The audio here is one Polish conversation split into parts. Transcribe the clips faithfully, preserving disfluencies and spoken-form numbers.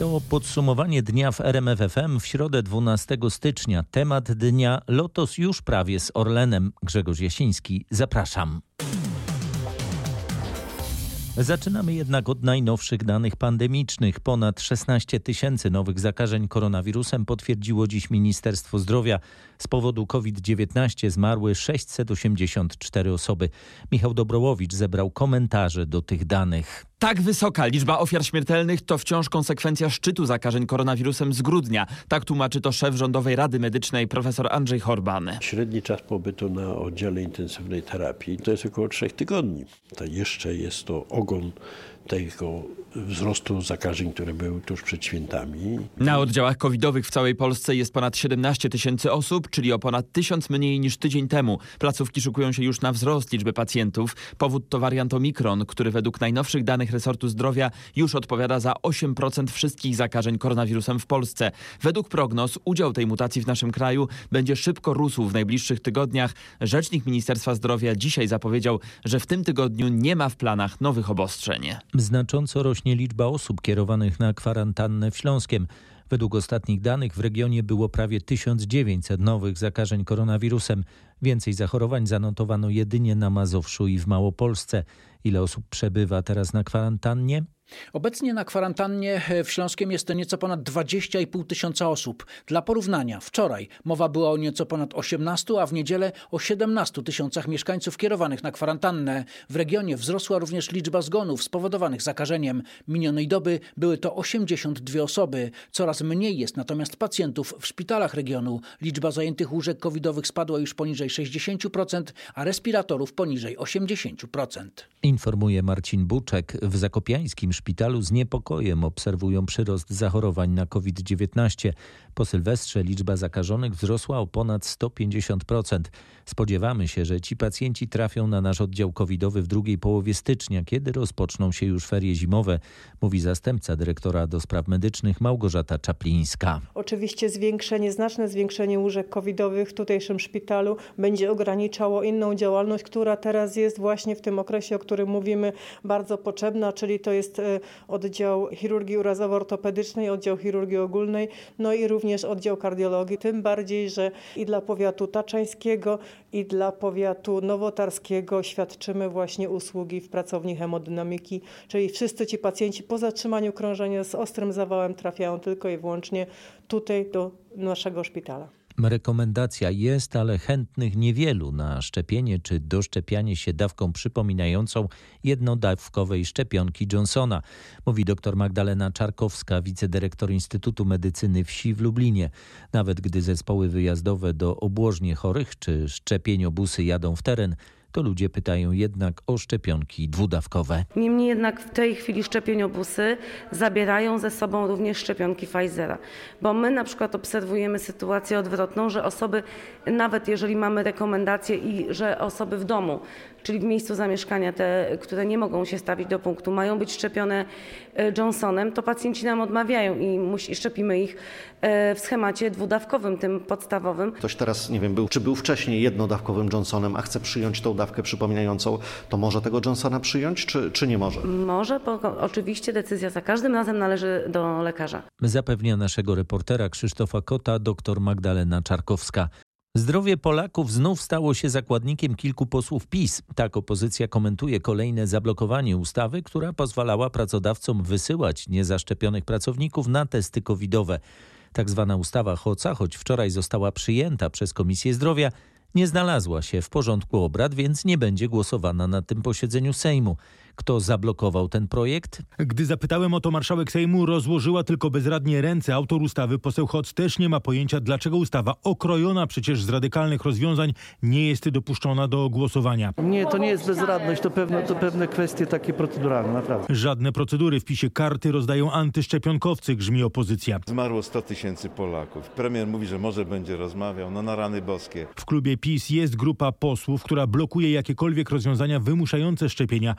To podsumowanie dnia w R M F F M w środę dwunastego stycznia. Temat dnia: Lotos już prawie z Orlenem. Grzegorz Jasiński, zapraszam. Zaczynamy jednak od najnowszych danych pandemicznych. Ponad szesnaście tysięcy nowych zakażeń koronawirusem potwierdziło dziś Ministerstwo Zdrowia. Z powodu COVID dziewiętnaście zmarły sześćset osiemdziesiąt cztery osoby. Michał Dobrołowicz zebrał komentarze do tych danych. Tak wysoka liczba ofiar śmiertelnych to wciąż konsekwencja szczytu zakażeń koronawirusem z grudnia. Tak tłumaczy to szef Rządowej Rady Medycznej profesor Andrzej Horban. Średni czas pobytu na oddziale intensywnej terapii to jest około trzech tygodni. To jeszcze jest to ogon tego wzrostu zakażeń, które były tuż przed świętami. Na oddziałach covidowych w całej Polsce jest ponad siedemnaście tysięcy osób, czyli o ponad tysiąc mniej niż tydzień temu. Placówki szykują się już na wzrost liczby pacjentów. Powód to wariant Omikron, który według najnowszych danych resortu zdrowia już odpowiada za osiem procent wszystkich zakażeń koronawirusem w Polsce. Według prognoz udział tej mutacji w naszym kraju będzie szybko rósł w najbliższych tygodniach. Rzecznik Ministerstwa Zdrowia dzisiaj zapowiedział, że w tym tygodniu nie ma w planach nowych obostrzeń. Znacząco rośnie liczba osób kierowanych na kwarantannę w Śląskiem. Według ostatnich danych w regionie było prawie tysiąc dziewięćset nowych zakażeń koronawirusem. Więcej zachorowań zanotowano jedynie na Mazowszu i w Małopolsce. Ile osób przebywa teraz na kwarantannie? Obecnie na kwarantannie w Śląskiem jest to nieco ponad dwadzieścia i pół tysiąca osób. Dla porównania, wczoraj mowa była o nieco ponad osiemnastu, a w niedzielę o siedemnastu tysiącach mieszkańców kierowanych na kwarantannę. W regionie wzrosła również liczba zgonów spowodowanych zakażeniem. Minionej doby były to osiemdziesiąt dwie osoby. Coraz mniej jest natomiast pacjentów w szpitalach regionu. Liczba zajętych łóżek covidowych spadła już poniżej sześćdziesiąt procent, a respiratorów poniżej osiemdziesiąt procent. Informuje Marcin Buczek. W zakopiańskim szpitalu z niepokojem obserwują przyrost zachorowań na COVID dziewiętnaście. Po Sylwestrze liczba zakażonych wzrosła o ponad sto pięćdziesiąt procent. Spodziewamy się, że ci pacjenci trafią na nasz oddział covidowy w drugiej połowie stycznia, kiedy rozpoczną się już ferie zimowe, mówi zastępca dyrektora do spraw medycznych Małgorzata Czaplińska. Oczywiście zwiększenie, znaczne zwiększenie łóżek covidowych w tutejszym szpitalu będzie ograniczało inną działalność, która teraz jest właśnie w tym okresie, o którym mówimy, bardzo potrzebna, czyli to jest oddział chirurgii urazowo-ortopedycznej, oddział chirurgii ogólnej, no i również oddział kardiologii. Tym bardziej, że i dla powiatu taczańskiego, i dla powiatu nowotarskiego świadczymy właśnie usługi w pracowni hemodynamiki, czyli wszyscy ci pacjenci po zatrzymaniu krążenia z ostrym zawałem trafiają tylko i wyłącznie tutaj do naszego szpitala. Rekomendacja jest, ale chętnych niewielu na szczepienie czy doszczepianie się dawką przypominającą jednodawkowej szczepionki Johnsona, mówi dr Magdalena Czarkowska, wicedyrektor Instytutu Medycyny Wsi w Lublinie. Nawet gdy zespoły wyjazdowe do obłożnie chorych czy szczepieniobusy jadą w teren, to ludzie pytają jednak o szczepionki dwudawkowe. Niemniej jednak w tej chwili szczepieniobusy zabierają ze sobą również szczepionki Pfizera, bo my na przykład obserwujemy sytuację odwrotną, że osoby, nawet jeżeli mamy rekomendacje i że osoby w domu, czyli w miejscu zamieszkania, te, które nie mogą się stawić do punktu, mają być szczepione Johnsonem, to pacjenci nam odmawiają i musi, szczepimy ich w schemacie dwudawkowym, tym podstawowym. Ktoś teraz, nie wiem, był, czy był wcześniej jednodawkowym Johnsonem, a chce przyjąć tą dawkę przypominającą, to może tego Johnsona przyjąć, czy, czy nie może? Może, bo oczywiście decyzja za każdym razem należy do lekarza. Zapewnia naszego reportera Krzysztofa Kota dr Magdalena Czarkowska. Zdrowie Polaków znów stało się zakładnikiem kilku posłów PiS. Tak opozycja komentuje kolejne zablokowanie ustawy, która pozwalała pracodawcom wysyłać niezaszczepionych pracowników na testy covidowe. Tak zwana ustawa Hoca, choć wczoraj została przyjęta przez Komisję Zdrowia, nie znalazła się w porządku obrad, więc nie będzie głosowana na tym posiedzeniu Sejmu. Kto zablokował ten projekt? Gdy zapytałem o to, marszałek Sejmu rozłożyła tylko bezradnie ręce. Autor ustawy, poseł Hoc, też nie ma pojęcia, dlaczego ustawa okrojona przecież z radykalnych rozwiązań nie jest dopuszczona do głosowania. Nie, to nie jest bezradność, to pewne, to pewne kwestie takie proceduralne, naprawdę. Żadne procedury. W PiSie karty rozdają antyszczepionkowcy, grzmi opozycja. Zmarło sto tysięcy Polaków. Premier mówi, że może będzie rozmawiał. No na rany boskie. W klubie PiS jest grupa posłów, która blokuje jakiekolwiek rozwiązania wymuszające szczepienia, a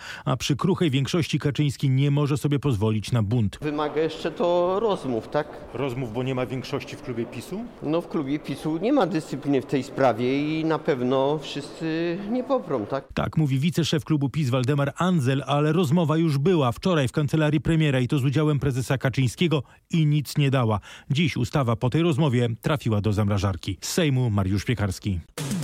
Przy kruchej większości Kaczyński nie może sobie pozwolić na bunt. Wymaga jeszcze to rozmów, tak? Rozmów, bo nie ma większości w klubie PiSu? No w klubie PiSu nie ma dyscypliny w tej sprawie i na pewno wszyscy nie poprą, tak? Tak mówi wiceszef klubu PiS Waldemar Andzel, ale rozmowa już była wczoraj w kancelarii premiera i to z udziałem prezesa Kaczyńskiego i nic nie dała. Dziś ustawa po tej rozmowie trafiła do zamrażarki. Z Sejmu Mariusz Piekarski.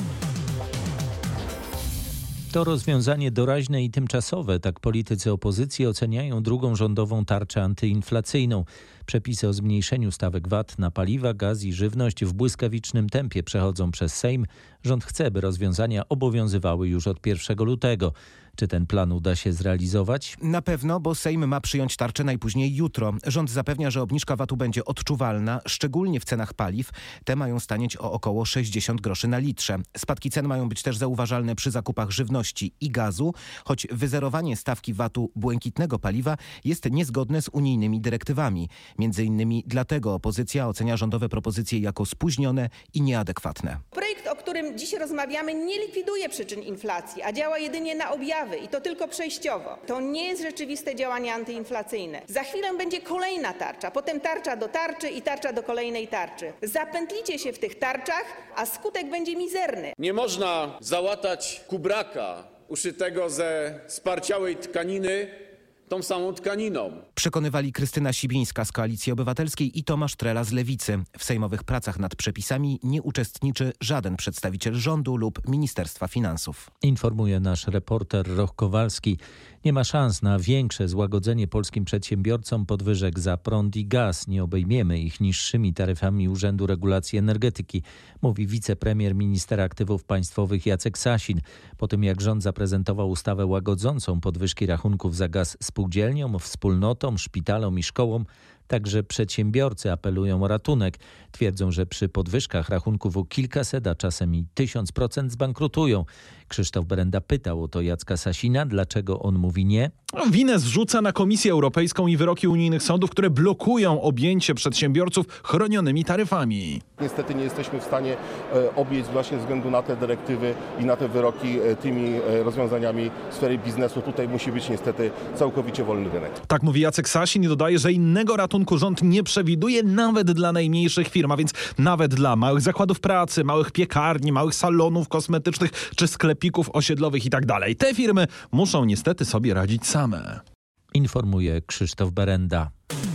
To rozwiązanie doraźne i tymczasowe, tak politycy opozycji oceniają drugą rządową tarczę antyinflacyjną. Przepisy o zmniejszeniu stawek V A T na paliwa, gaz i żywność w błyskawicznym tempie przechodzą przez Sejm. Rząd chce, by rozwiązania obowiązywały już od pierwszego lutego. Czy ten plan uda się zrealizować? Na pewno, bo Sejm ma przyjąć tarczę najpóźniej jutro. Rząd zapewnia, że obniżka V A T-u będzie odczuwalna, szczególnie w cenach paliw. Te mają stanieć o około sześćdziesiąt groszy na litrze. Spadki cen mają być też zauważalne przy zakupach żywności i gazu, choć wyzerowanie stawki V A T-u błękitnego paliwa jest niezgodne z unijnymi dyrektywami. Między innymi dlatego opozycja ocenia rządowe propozycje jako spóźnione i nieadekwatne. Projekt, o którym dziś rozmawiamy, nie likwiduje przyczyn inflacji, a działa jedynie na objawy i to tylko przejściowo. To nie jest rzeczywiste działanie antyinflacyjne. Za chwilę będzie kolejna tarcza, potem tarcza do tarczy i tarcza do kolejnej tarczy. Zapętlicie się w tych tarczach, a skutek będzie mizerny. Nie można załatać kubraka uszytego ze sparciałej tkaniny tą samą tkaniną. Przekonywali Krystyna Sibińska z Koalicji Obywatelskiej i Tomasz Trela z Lewicy. W sejmowych pracach nad przepisami nie uczestniczy żaden przedstawiciel rządu lub Ministerstwa Finansów. Informuje nasz reporter Roch Kowalski. Nie ma szans na większe złagodzenie polskim przedsiębiorcom podwyżek za prąd i gaz. Nie obejmiemy ich niższymi taryfami Urzędu Regulacji Energetyki, mówi wicepremier minister aktywów państwowych Jacek Sasin. Po tym jak rząd zaprezentował ustawę łagodzącą podwyżki rachunków za gaz spółdzielniom, wspólnotom, szpitalom i szkołom, także przedsiębiorcy apelują o ratunek. Twierdzą, że przy podwyżkach rachunków o kilkaset, a czasem i tysiąc procent zbankrutują. Krzysztof Berenda pytał o to Jacka Sasina, dlaczego on mówi nie. Winę zrzuca na Komisję Europejską i wyroki unijnych sądów, które blokują objęcie przedsiębiorców chronionymi taryfami. Niestety nie jesteśmy w stanie objąć właśnie ze względu na te dyrektywy i na te wyroki tymi rozwiązaniami w sfery biznesu. Tutaj musi być niestety całkowicie wolny rynek. Tak mówi Jacek Sasin i dodaje, że innego ratunku rząd nie przewiduje nawet dla najmniejszych firm, a więc nawet dla małych zakładów pracy, małych piekarni, małych salonów kosmetycznych czy sklepików osiedlowych i tak dalej. Te firmy muszą niestety sobie radzić same. Informuje Krzysztof Berenda.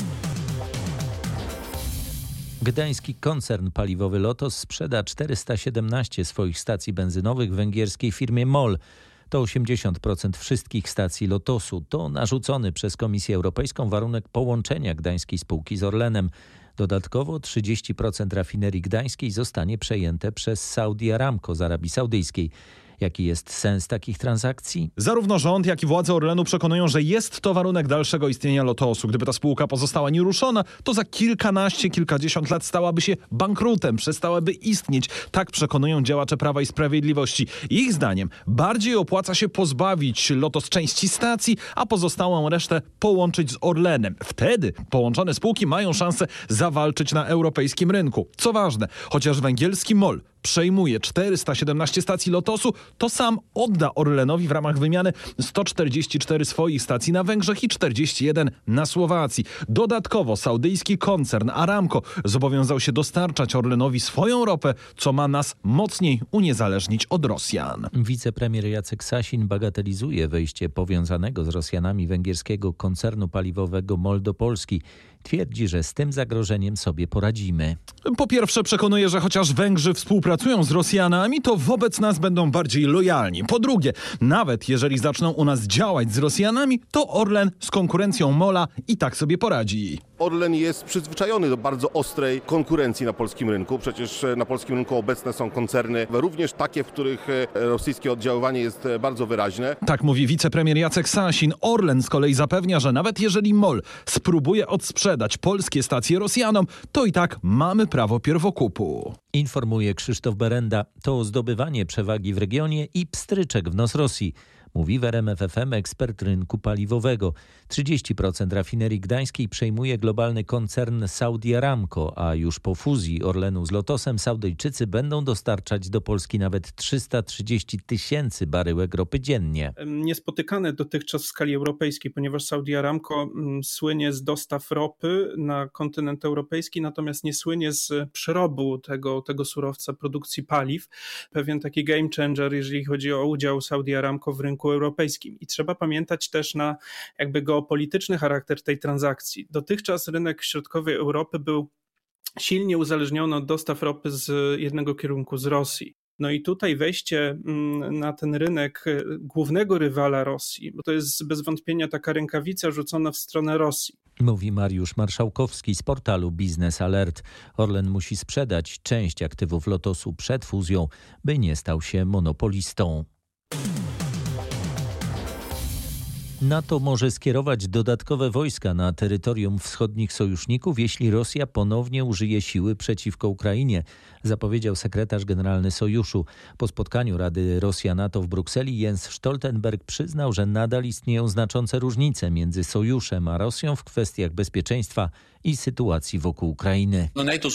Gdański koncern paliwowy Lotos sprzeda czterysta siedemnaście swoich stacji benzynowych węgierskiej firmie MOL. To osiemdziesiąt procent wszystkich stacji Lotosu. To narzucony przez Komisję Europejską warunek połączenia gdańskiej spółki z Orlenem. Dodatkowo trzydzieści procent rafinerii gdańskiej zostanie przejęte przez Saudi Aramco z Arabii Saudyjskiej. Jaki jest sens takich transakcji? Zarówno rząd, jak i władze Orlenu przekonują, że jest to warunek dalszego istnienia Lotosu. Gdyby ta spółka pozostała nieruszona, to za kilkanaście, kilkadziesiąt lat stałaby się bankrutem, przestałaby istnieć. Tak przekonują działacze Prawa i Sprawiedliwości. Ich zdaniem bardziej opłaca się pozbawić Lotos części stacji, a pozostałą resztę połączyć z Orlenem. Wtedy połączone spółki mają szansę zawalczyć na europejskim rynku. Co ważne, chociaż węgierski MOL przejmuje czterysta siedemnaście stacji Lotosu, to sam odda Orlenowi w ramach wymiany sto czterdzieści cztery swoich stacji na Węgrzech i czterdzieści jeden na Słowacji. Dodatkowo saudyjski koncern Aramco zobowiązał się dostarczać Orlenowi swoją ropę, co ma nas mocniej uniezależnić od Rosjan. Wicepremier Jacek Sasin bagatelizuje wejście powiązanego z Rosjanami węgierskiego koncernu paliwowego MOL do Polski. Twierdzi, że z tym zagrożeniem sobie poradzimy. Po pierwsze przekonuje, że chociaż Węgrzy współpracują z Rosjanami, to wobec nas będą bardziej lojalni. Po drugie, nawet jeżeli zaczną u nas działać z Rosjanami, to Orlen z konkurencją MOL-a i tak sobie poradzi. Orlen jest przyzwyczajony do bardzo ostrej konkurencji na polskim rynku. Przecież na polskim rynku obecne są koncerny, również takie, w których rosyjskie oddziaływanie jest bardzo wyraźne. Tak mówi wicepremier Jacek Sasin. Orlen z kolei zapewnia, że nawet jeżeli MOL spróbuje odsprzedać polskie stacje Rosjanom, to i tak mamy prawo pierwokupu. Informuje Krzysztof Berenda. To zdobywanie przewagi w regionie i pstryczek w nos Rosji. mówi w R M F F M ekspert rynku paliwowego. trzydzieści procent rafinerii gdańskiej przejmuje globalny koncern Saudi Aramco, a już po fuzji Orlenu z Lotosem Saudyjczycy będą dostarczać do Polski nawet trzysta trzydzieści tysięcy baryłek ropy dziennie. Niespotykane dotychczas w skali europejskiej, ponieważ Saudi Aramco słynie z dostaw ropy na kontynent europejski, natomiast nie słynie z przerobu tego, tego surowca, produkcji paliw. Pewien taki game changer, jeżeli chodzi o udział Saudi Aramco w rynku europejskim. I trzeba pamiętać też na jakby geopolityczny charakter tej transakcji. Dotychczas rynek środkowej Europy był silnie uzależniony od dostaw ropy z jednego kierunku, z Rosji. No i tutaj wejście na ten rynek głównego rywala Rosji, bo to jest bez wątpienia taka rękawica rzucona w stronę Rosji. Mówi Mariusz Marszałkowski z portalu Biznes Alert. Orlen musi sprzedać część aktywów Lotosu przed fuzją, by nie stał się monopolistą. NATO może skierować dodatkowe wojska na terytorium wschodnich sojuszników, jeśli Rosja ponownie użyje siły przeciwko Ukrainie, zapowiedział sekretarz generalny Sojuszu. Po spotkaniu Rady Rosja-NATO w Brukseli Jens Stoltenberg przyznał, że nadal istnieją znaczące różnice między Sojuszem a Rosją w kwestiach bezpieczeństwa i sytuacji wokół Ukrainy.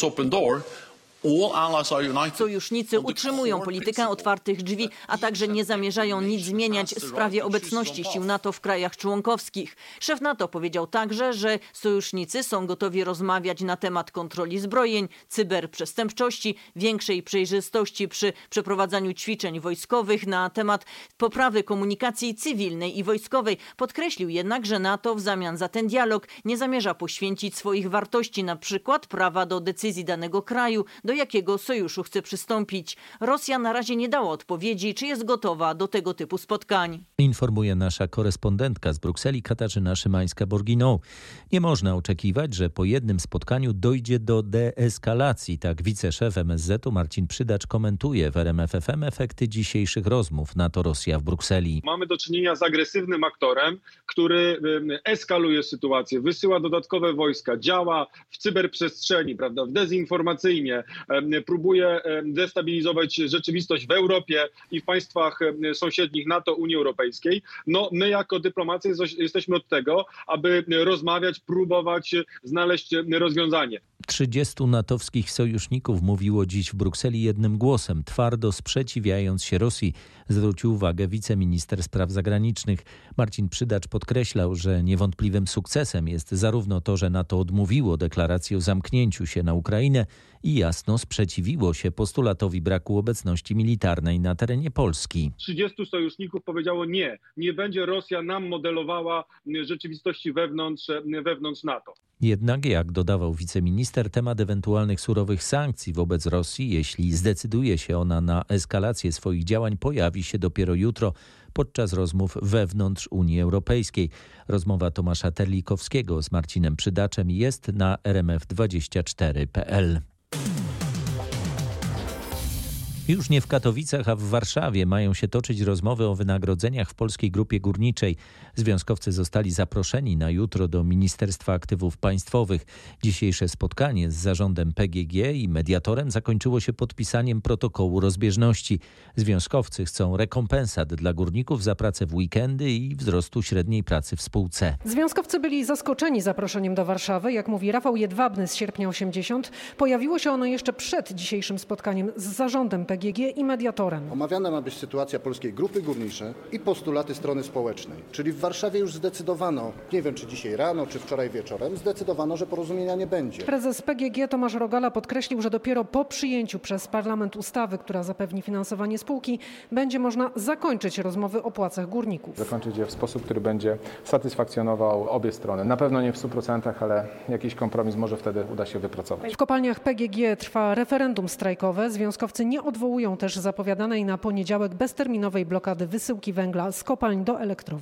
Sojusznicy utrzymują politykę otwartych drzwi, a także nie zamierzają nic zmieniać w sprawie obecności sił NATO w krajach członkowskich. Szef NATO powiedział także, że sojusznicy są gotowi rozmawiać na temat kontroli zbrojeń, cyberprzestępczości, większej przejrzystości przy przeprowadzaniu ćwiczeń wojskowych, na temat poprawy komunikacji cywilnej i wojskowej. Podkreślił jednak, że NATO w zamian za ten dialog nie zamierza poświęcić swoich wartości, na przykład prawa do decyzji danego kraju, do jakiego sojuszu chce przystąpić. Rosja na razie nie dała odpowiedzi, czy jest gotowa do tego typu spotkań. Informuje nasza korespondentka z Brukseli Katarzyna Szymańska-Borginą. Nie można oczekiwać, że po jednym spotkaniu dojdzie do deeskalacji. Tak wiceszef M S Z-u Marcin Przydacz komentuje w R M F F M efekty dzisiejszych rozmów NATO-Rosja w Brukseli. Mamy do czynienia z agresywnym aktorem, który eskaluje sytuację, wysyła dodatkowe wojska, działa w cyberprzestrzeni, prawda, w dezinformacyjnie, próbuje destabilizować rzeczywistość w Europie i w państwach sąsiednich NATO, Unii Europejskiej. No my jako dyplomacy jesteśmy od tego, aby rozmawiać, próbować znaleźć rozwiązanie. trzydziestu natowskich sojuszników mówiło dziś w Brukseli jednym głosem, twardo sprzeciwiając się Rosji, zwrócił uwagę wiceminister spraw zagranicznych. Marcin Przydacz podkreślał, że niewątpliwym sukcesem jest zarówno to, że NATO odmówiło deklaracji o zamknięciu się na Ukrainę i jasno sprzeciwiło się postulatowi braku obecności militarnej na terenie Polski. trzydziestu sojuszników powiedziało nie, nie będzie Rosja nam modelowała rzeczywistości wewnątrz, wewnątrz NATO. Jednak, jak dodawał wiceminister, temat ewentualnych surowych sankcji wobec Rosji, jeśli zdecyduje się ona na eskalację swoich działań, pojawi się dopiero jutro podczas rozmów wewnątrz Unii Europejskiej. Rozmowa Tomasza Terlikowskiego z Marcinem Przydaczem jest na r m f dwadzieścia cztery kropka p l. Już nie w Katowicach, a w Warszawie mają się toczyć rozmowy o wynagrodzeniach w Polskiej Grupie Górniczej. Związkowcy zostali zaproszeni na jutro do Ministerstwa Aktywów Państwowych. Dzisiejsze spotkanie z zarządem P G G i mediatorem zakończyło się podpisaniem protokołu rozbieżności. Związkowcy chcą rekompensat dla górników za pracę w weekendy i wzrostu średniej pracy w spółce. Związkowcy byli zaskoczeni zaproszeniem do Warszawy. Jak mówi Rafał Jedwabny z Sierpnia osiemdziesiąt, pojawiło się ono jeszcze przed dzisiejszym spotkaniem z zarządem P G G i mediatorem. Omawiana ma być sytuacja Polskiej Grupy Górniczej i postulaty strony społecznej. Czyli w Warszawie już zdecydowano, nie wiem czy dzisiaj rano, czy wczoraj wieczorem, zdecydowano, że porozumienia nie będzie. Prezes P G G Tomasz Rogala podkreślił, że dopiero po przyjęciu przez parlament ustawy, która zapewni finansowanie spółki, będzie można zakończyć rozmowy o płacach górników. Zakończyć je w sposób, który będzie satysfakcjonował obie strony. Na pewno nie w stu procentach, ale jakiś kompromis może wtedy uda się wypracować. W kopalniach P G G trwa referendum strajkowe. Związkowcy nie odwołują też zapowiadanej na poniedziałek bezterminowej blokady wysyłki węgla z kopalń do elektrowni.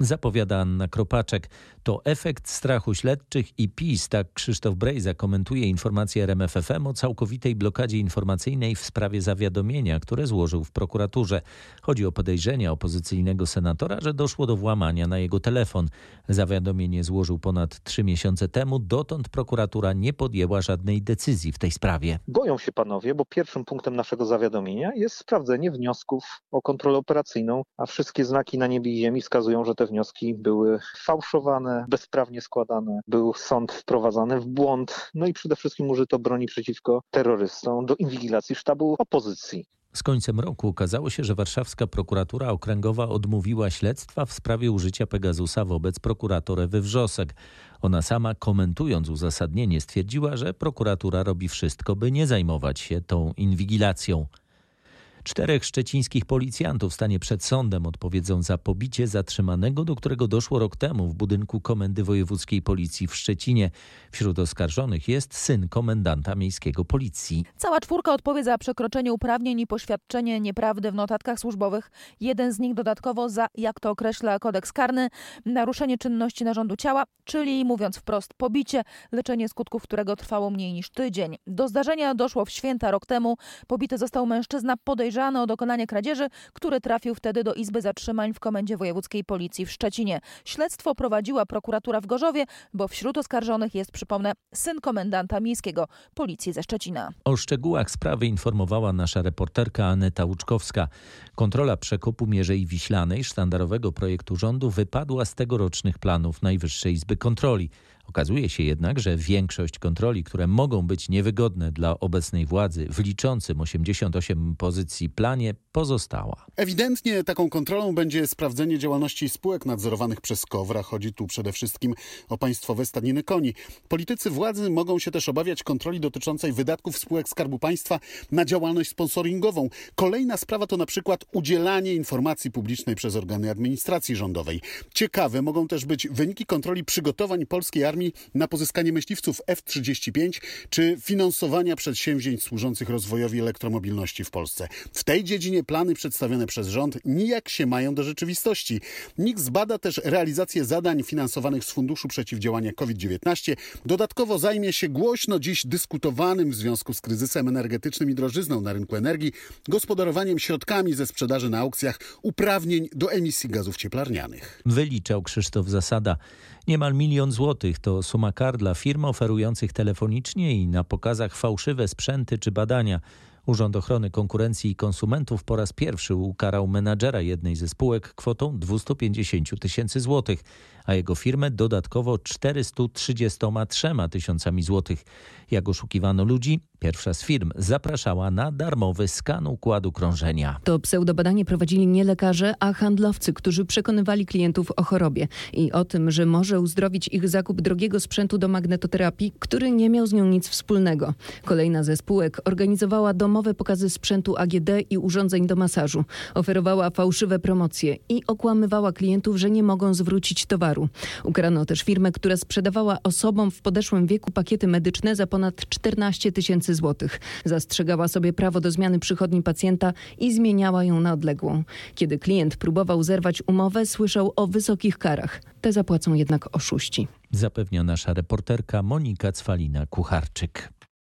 zapowiada Anna Kropaczek. To efekt strachu śledczych i PiS, tak Krzysztof Brejza komentuje informację R M F F M o całkowitej blokadzie informacyjnej w sprawie zawiadomienia, które złożył w prokuraturze. Chodzi o podejrzenia opozycyjnego senatora, że doszło do włamania na jego telefon. Zawiadomienie złożył ponad trzy miesiące temu. Dotąd prokuratura nie podjęła żadnej decyzji w tej sprawie. Boją się panowie, bo pierwszym punktem naszego zawiadomienia jest sprawdzenie wniosków o kontrolę operacyjną, a wszystkie znaki na niebie i ziemi wskazują, że te wnioski były fałszowane, bezprawnie składane, był sąd wprowadzany w błąd, no i przede wszystkim użyto broni przeciwko terrorystom do inwigilacji sztabu opozycji. Z końcem roku okazało się, że warszawska prokuratura okręgowa odmówiła śledztwa w sprawie użycia Pegasusa wobec prokurator Ewy Wrzosek. Ona sama, komentując uzasadnienie, stwierdziła, że prokuratura robi wszystko, by nie zajmować się tą inwigilacją. Czterech szczecińskich policjantów stanie przed sądem, odpowiedzą za pobicie zatrzymanego, do którego doszło rok temu w budynku Komendy Wojewódzkiej Policji w Szczecinie. Wśród oskarżonych jest syn komendanta miejskiego policji. Cała czwórka odpowie za przekroczenie uprawnień i poświadczenie nieprawdy w notatkach służbowych. Jeden z nich dodatkowo za, jak to określa kodeks karny, naruszenie czynności narządu ciała, czyli mówiąc wprost pobicie, leczenie skutków którego trwało mniej niż tydzień. Do zdarzenia doszło w święta rok temu. Pobity został mężczyzna podejrzany o dokonanie kradzieży, który trafił wtedy do Izby Zatrzymań w Komendzie Wojewódzkiej Policji w Szczecinie. Śledztwo prowadziła prokuratura w Gorzowie, bo wśród oskarżonych jest, przypomnę, syn komendanta miejskiego Policji ze Szczecina. O szczegółach sprawy informowała nasza reporterka Aneta Łuczkowska. Kontrola przekopu Mierzei Wiślanej, sztandarowego projektu rządu, wypadła z tegorocznych planów Najwyższej Izby Kontroli. Okazuje się jednak, że większość kontroli, które mogą być niewygodne dla obecnej władzy w liczącym osiemdziesiąt osiem pozycji planie, pozostała. Ewidentnie taką kontrolą będzie sprawdzenie działalności spółek nadzorowanych przez KOWR. Chodzi tu przede wszystkim o państwowe stadniny koni. Politycy władzy mogą się też obawiać kontroli dotyczącej wydatków spółek Skarbu Państwa na działalność sponsoringową. Kolejna sprawa to na przykład udzielanie informacji publicznej przez organy administracji rządowej. Ciekawe mogą też być wyniki kontroli przygotowań polskiej armii na pozyskanie myśliwców F trzydzieści pięć czy finansowania przedsięwzięć służących rozwojowi elektromobilności w Polsce. W tej dziedzinie plany przedstawione przez rząd nijak się mają do rzeczywistości. NIK zbada też realizację zadań finansowanych z Funduszu Przeciwdziałania COVID dziewiętnaście. Dodatkowo zajmie się głośno dziś dyskutowanym w związku z kryzysem energetycznym i drożyzną na rynku energii gospodarowaniem środkami ze sprzedaży na aukcjach uprawnień do emisji gazów cieplarnianych. Wyliczał Krzysztof Zasada. Niemal milion złotych to suma kar dla firm oferujących telefonicznie i na pokazach fałszywe sprzęty czy badania. Urząd Ochrony Konkurencji i Konsumentów po raz pierwszy ukarał menadżera jednej ze spółek kwotą dwieście pięćdziesiąt tysięcy złotych, a jego firmę dodatkowo czterysta trzydzieści trzy tysiącami złotych. Jak oszukiwano ludzi? Pierwsza z firm zapraszała na darmowy skan układu krążenia. To pseudobadanie prowadzili nie lekarze, a handlowcy, którzy przekonywali klientów o chorobie i o tym, że może uzdrowić ich zakup drogiego sprzętu do magnetoterapii, który nie miał z nią nic wspólnego. Kolejna ze spółek organizowała domowe pokazy sprzętu A G D i urządzeń do masażu. Oferowała fałszywe promocje i okłamywała klientów, że nie mogą zwrócić towaru. Ukarano też firmę, która sprzedawała osobom w podeszłym wieku pakiety medyczne za ponad czternaście tysięcy złotych. Zastrzegała sobie prawo do zmiany przychodni pacjenta i zmieniała ją na odległą. Kiedy klient próbował zerwać umowę, słyszał o wysokich karach. Te zapłacą jednak oszuści. Zapewnia nasza reporterka Monika Cwalina-Kucharczyk.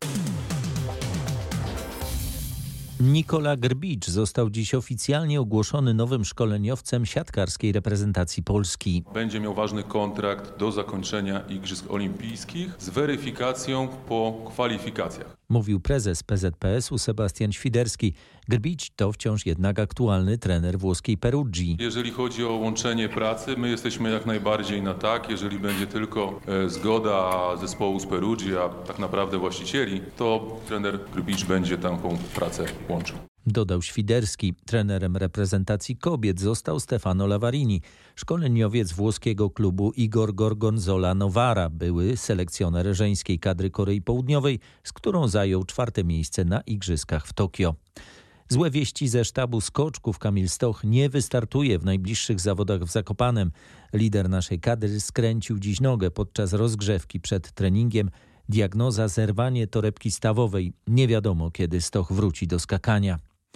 Nikola Grbicz został dziś oficjalnie ogłoszony nowym szkoleniowcem siatkarskiej reprezentacji Polski. Będzie miał ważny kontrakt do zakończenia Igrzysk Olimpijskich z weryfikacją po kwalifikacjach. Mówił prezes P Z P S u Sebastian Świderski. Grbicz to wciąż jednak aktualny trener włoskiej Perugii. Jeżeli chodzi o łączenie pracy, my jesteśmy jak najbardziej na tak. Jeżeli będzie tylko e, zgoda zespołu z Perugii, a tak naprawdę właścicieli, to trener Grbicz będzie taką pracę łączył. Dodał Świderski. Trenerem reprezentacji kobiet został Stefano Lavarini, szkoleniowiec włoskiego klubu Igor Gorgonzola Novara, były selekcjoner żeńskiej kadry Korei Południowej, z którą zajął czwarte miejsce na Igrzyskach w Tokio. Złe wieści ze sztabu skoczków. Kamil Stoch nie wystartuje w najbliższych zawodach w Zakopanem. Lider naszej kadry skręcił dziś nogę podczas rozgrzewki przed treningiem. Diagnoza zerwanie torebki stawowej. Nie wiadomo, kiedy Stoch wróci do skakania.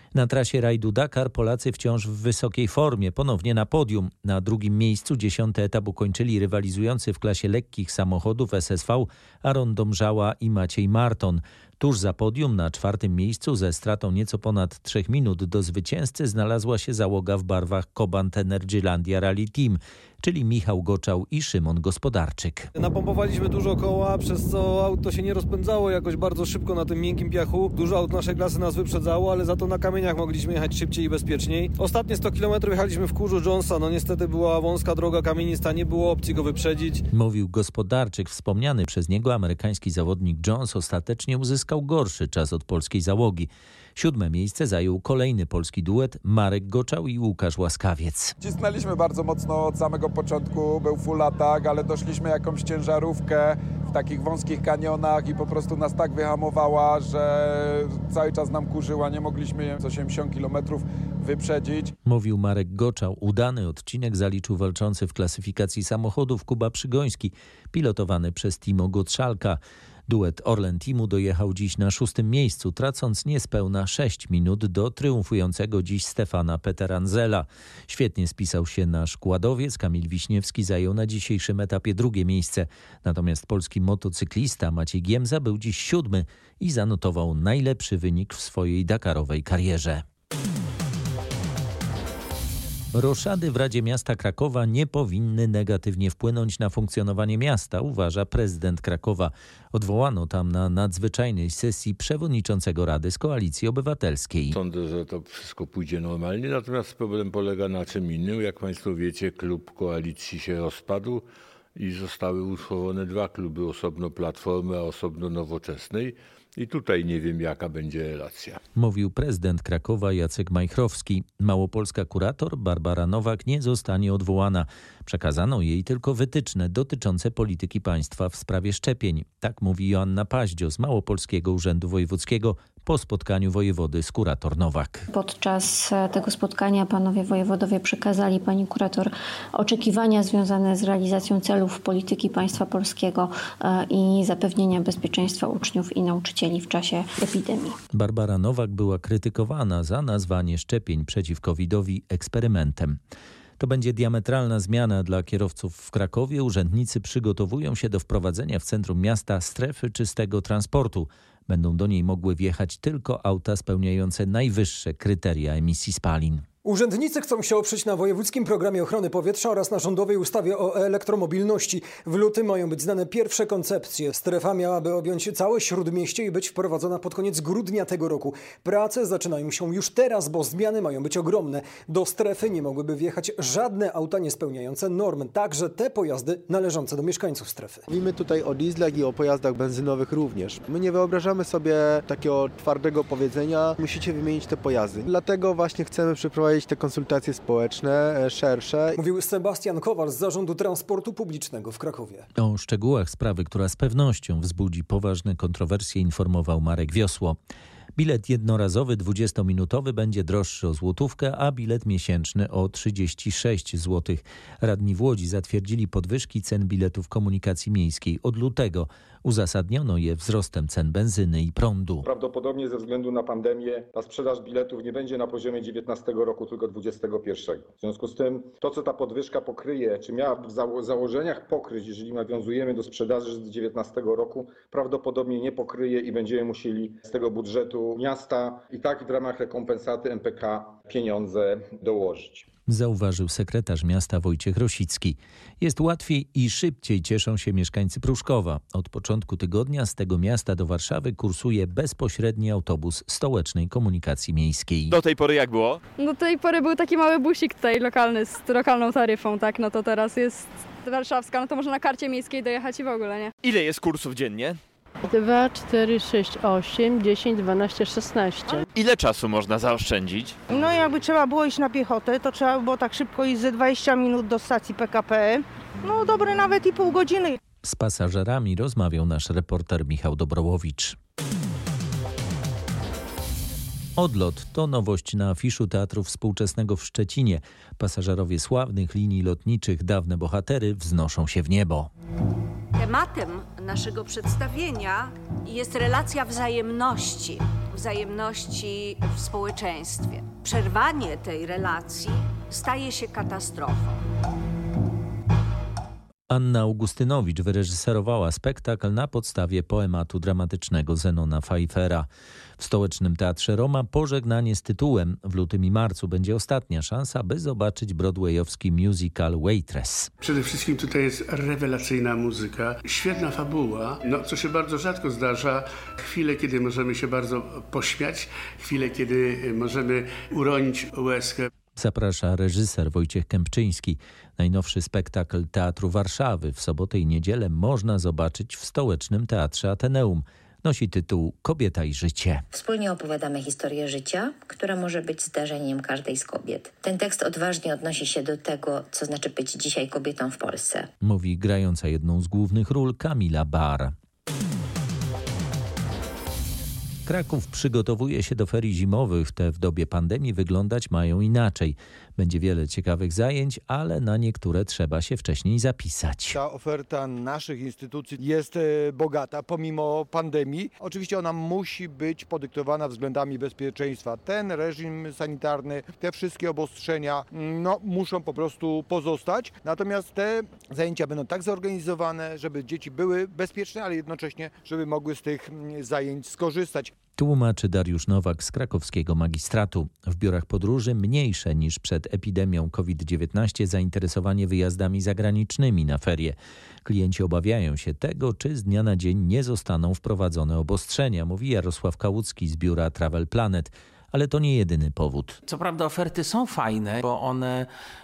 Na trasie rajdu Dakar Polacy wciąż w wysokiej formie, ponownie na podium. Na drugim miejscu dziesiąty etap ukończyli rywalizujący w klasie lekkich samochodów S S V Aaron Domżała i Maciej Marton. Tuż za podium na czwartym miejscu ze stratą nieco ponad trzech minut do zwycięzcy znalazła się załoga w barwach Cobalt Energylandia Rally Team, czyli Michał Goczał i Szymon Gospodarczyk. Napompowaliśmy dużo koła, przez co auto się nie rozpędzało jakoś bardzo szybko na tym miękkim piachu. Dużo aut naszej klasy nas wyprzedzało, ale za to na kamieniach mogliśmy jechać szybciej i bezpieczniej. Ostatnie sto kilometrów jechaliśmy w kurzu Jonesa, no niestety była wąska droga kamienista, nie było opcji go wyprzedzić. Mówił Gospodarczyk. Wspomniany przez niego amerykański zawodnik Jones ostatecznie uzyskał gorszy czas od polskiej załogi. Siódme miejsce zajął kolejny polski duet Marek Goczał i Łukasz Łaskawiec. Cisnęliśmy bardzo mocno od samego początku, był full atak, ale doszliśmy jakąś ciężarówkę w takich wąskich kanionach i po prostu nas tak wyhamowała, że cały czas nam kurzyła, nie mogliśmy z osiemdziesiąt kilometrów wyprzedzić. Mówił Marek Goczał. Udany odcinek zaliczył walczący w klasyfikacji samochodów Kuba Przygoński, pilotowany przez Timo Gottschalka. Duet Orlen Teamu dojechał dziś na szóstym miejscu, tracąc niespełna sześć minut do triumfującego dziś Stefana Peteranzela. Świetnie spisał się nasz kładowiec. Kamil Wiśniewski zajął na dzisiejszym etapie drugie miejsce. Natomiast polski motocyklista Maciej Giemza był dziś siódmy i zanotował najlepszy wynik w swojej dakarowej karierze. Roszady w Radzie Miasta Krakowa nie powinny negatywnie wpłynąć na funkcjonowanie miasta, uważa prezydent Krakowa. Odwołano tam na nadzwyczajnej sesji przewodniczącego Rady z Koalicji Obywatelskiej. Sądzę, że to wszystko pójdzie normalnie, natomiast problem polega na czym innym. Jak państwo wiecie, klub koalicji się rozpadł i zostały utworzone dwa kluby, osobno Platformy, a osobno Nowoczesnej. I tutaj nie wiem, jaka będzie relacja. Mówił prezydent Krakowa Jacek Majchrowski. Małopolska kurator Barbara Nowak nie zostanie odwołana. Przekazano jej tylko wytyczne dotyczące polityki państwa w sprawie szczepień. Tak mówi Joanna Paździo z Małopolskiego Urzędu Wojewódzkiego po spotkaniu wojewody z kurator Nowak. Podczas tego spotkania panowie wojewodowie przekazali pani kurator oczekiwania związane z realizacją celów polityki państwa polskiego i zapewnienia bezpieczeństwa uczniów i nauczycieli w czasie epidemii. Barbara Nowak była krytykowana za nazwanie szczepień przeciw kowidowi eksperymentem. To będzie diametralna zmiana dla kierowców w Krakowie. Urzędnicy przygotowują się do wprowadzenia w centrum miasta strefy czystego transportu. Będą do niej mogły wjechać tylko auta spełniające najwyższe kryteria emisji spalin. Urzędnicy chcą się oprzeć na Wojewódzkim Programie Ochrony Powietrza oraz na rządowej ustawie o elektromobilności. W lutym mają być znane pierwsze koncepcje. Strefa miałaby objąć całe Śródmieście i być wprowadzona pod koniec grudnia tego roku. Prace zaczynają się już teraz, bo zmiany mają być ogromne. Do strefy nie mogłyby wjechać żadne auta niespełniające norm, także te pojazdy należące do mieszkańców strefy. Mówimy tutaj o dieslach i o pojazdach benzynowych również. My nie wyobrażamy sobie takiego twardego powiedzenia, musicie wymienić te pojazdy. Dlatego właśnie chcemy przeprowadzić te konsultacje społeczne, szersze. Mówił Sebastian Kowal z Zarządu Transportu Publicznego w Krakowie. O szczegółach sprawy, która z pewnością wzbudzi poważne kontrowersje, informował Marek Wiosło. Bilet jednorazowy dwudziestominutowy będzie droższy o złotówkę, a bilet miesięczny o trzydzieści sześć złotych. Radni w Łodzi zatwierdzili podwyżki cen biletów komunikacji miejskiej od lutego. Uzasadniono je wzrostem cen benzyny i prądu. Prawdopodobnie ze względu na pandemię ta sprzedaż biletów nie będzie na poziomie dziewiętnastego roku, tylko dwudziestego pierwszego. W związku z tym to, co ta podwyżka pokryje, czy miała w zało- założeniach pokryć, jeżeli nawiązujemy do sprzedaży z dziewiętnastego roku, prawdopodobnie nie pokryje i będziemy musieli z tego budżetu miasta i tak w ramach rekompensaty M P K pieniądze dołożyć. Zauważył sekretarz miasta Wojciech Rosicki. Jest łatwiej i szybciej, cieszą się mieszkańcy Pruszkowa. Od początku tygodnia z tego miasta do Warszawy kursuje bezpośredni autobus stołecznej komunikacji miejskiej. Do tej pory jak było? Do tej pory był taki mały busik tutaj lokalny z lokalną taryfą, tak? No to teraz jest warszawska, no to można na karcie miejskiej dojechać i w ogóle, nie? Ile jest kursów dziennie? dwa, cztery, sześć, osiem, dziesięć, dwanaście, szesnaście. Ile czasu można zaoszczędzić? No jakby trzeba było iść na piechotę, to trzeba było tak szybko iść ze dwadzieścia minut do stacji P K P. No dobre nawet i pół godziny. Z pasażerami rozmawiał nasz reporter Michał Dobrołowicz. Odlot to nowość na afiszu Teatru Współczesnego w Szczecinie. Pasażerowie sławnych linii lotniczych, dawne bohatery, wznoszą się w niebo. Tematem naszego przedstawienia jest relacja wzajemności. wzajemności w społeczeństwie. Przerwanie tej relacji staje się katastrofą. Anna Augustynowicz wyreżyserowała spektakl na podstawie poematu dramatycznego Zenona Pfeiffera. W Stołecznym Teatrze Roma pożegnanie z tytułem. W lutym i marcu będzie ostatnia szansa, by zobaczyć broadwayowski musical Waitress. Przede wszystkim tutaj jest rewelacyjna muzyka, świetna fabuła, no, co się bardzo rzadko zdarza. Chwile, kiedy możemy się bardzo pośmiać, chwile, kiedy możemy uronić łezkę. Zaprasza reżyser Wojciech Kępczyński. Najnowszy spektakl Teatru Warszawy w sobotę i niedzielę można zobaczyć w Stołecznym Teatrze Ateneum. Nosi tytuł Kobieta i życie. Wspólnie opowiadamy historię życia, która może być zdarzeniem każdej z kobiet. Ten tekst odważnie odnosi się do tego, co znaczy być dzisiaj kobietą w Polsce. Mówi grająca jedną z głównych ról Kamila Bar. Kraków przygotowuje się do ferii zimowych. Te w dobie pandemii wyglądać mają inaczej. Będzie wiele ciekawych zajęć, ale na niektóre trzeba się wcześniej zapisać. Ta oferta naszych instytucji jest bogata pomimo pandemii. Oczywiście ona musi być podyktowana względami bezpieczeństwa. Ten reżim sanitarny, te wszystkie obostrzenia no, muszą po prostu pozostać. Natomiast te zajęcia będą tak zorganizowane, żeby dzieci były bezpieczne, ale jednocześnie, żeby mogły z tych zajęć skorzystać. Tłumaczy Dariusz Nowak z krakowskiego magistratu. W biurach podróży mniejsze niż przed epidemią kowid dziewiętnaście zainteresowanie wyjazdami zagranicznymi na ferie. Klienci obawiają się tego, czy z dnia na dzień nie zostaną wprowadzone obostrzenia, mówi Jarosław Kałucki z biura Travel Planet. Ale to nie jedyny powód. Co prawda oferty są fajne, bo one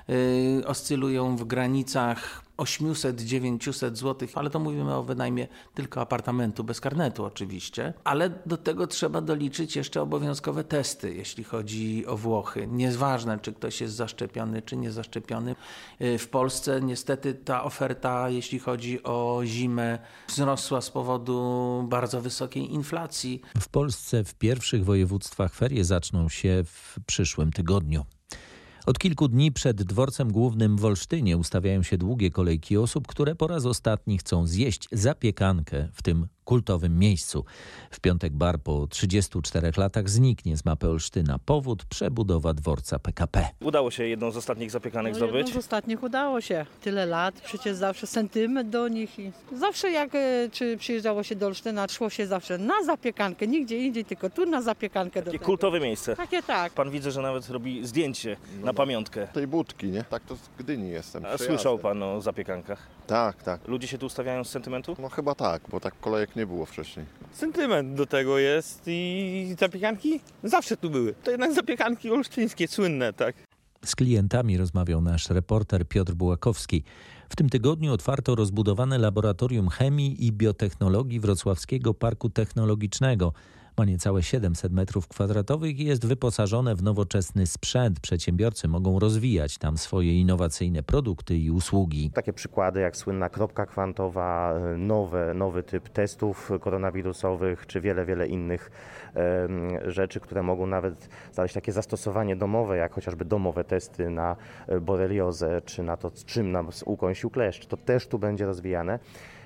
y, oscylują w granicach osiemset do dziewięciuset złotych, ale to mówimy o wynajmie tylko apartamentu bez karnetu oczywiście. Ale do tego trzeba doliczyć jeszcze obowiązkowe testy, jeśli chodzi o Włochy. Nieważne, czy ktoś jest zaszczepiony, czy nie zaszczepiony. W Polsce niestety ta oferta, jeśli chodzi o zimę, wzrosła z powodu bardzo wysokiej inflacji. W Polsce w pierwszych województwach ferie zaczną się w przyszłym tygodniu. Od kilku dni przed dworcem głównym w Olsztynie ustawiają się długie kolejki osób, które po raz ostatni chcą zjeść zapiekankę w tym kultowym miejscu. W piątek bar po trzydziestu czterech latach zniknie z mapy Olsztyna. Powód: przebudowa dworca P K P. Udało się jedną z ostatnich zapiekanek no, zdobyć? Jedną z ostatnich udało się. Tyle lat, przecież zawsze sentyment do nich. I zawsze jak czy przyjeżdżało się do Olsztyna, szło się zawsze na zapiekankę. Nigdzie indziej, tylko tu na zapiekankę. Takie do kultowe miejsce. Takie tak. Pan widzę, że nawet robi zdjęcie no, na pamiątkę. Tej budki, nie? Tak to z Gdyni jestem. A słyszał pan o zapiekankach? Tak, tak. Ludzie się tu ustawiają z sentymentu? No chyba tak, bo tak kolejek nie było wcześniej. Sentyment do tego jest i zapiekanki zawsze tu były. To jednak zapiekanki olsztyńskie, słynne, tak. Z klientami rozmawiał nasz reporter Piotr Bułakowski. W tym tygodniu otwarto rozbudowane laboratorium chemii i biotechnologii Wrocławskiego Parku Technologicznego. Ma niecałe siedemset metrów kwadratowych i jest wyposażone w nowoczesny sprzęt. Przedsiębiorcy mogą rozwijać tam swoje innowacyjne produkty i usługi. Takie przykłady jak słynna kropka kwantowa, nowe, nowy typ testów koronawirusowych, czy wiele, wiele innych e, rzeczy, które mogą nawet znaleźć takie zastosowanie domowe, jak chociażby domowe testy na boreliozę, czy na to, czym nas ukąsił kleszcz. To też tu będzie rozwijane.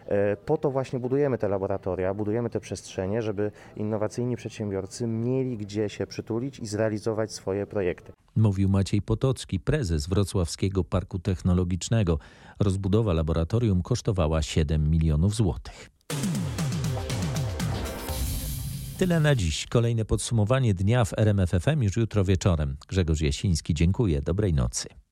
Po to właśnie budujemy te laboratoria, budujemy te przestrzenie, żeby innowacyjni przedsiębiorcy mieli gdzie się przytulić i zrealizować swoje projekty. Mówił Maciej Potocki, prezes Wrocławskiego Parku Technologicznego. Rozbudowa laboratorium kosztowała siedem milionów złotych. Tyle na dziś. Kolejne podsumowanie dnia w R M F F M już jutro wieczorem. Grzegorz Jasiński, dziękuję. Dobrej nocy.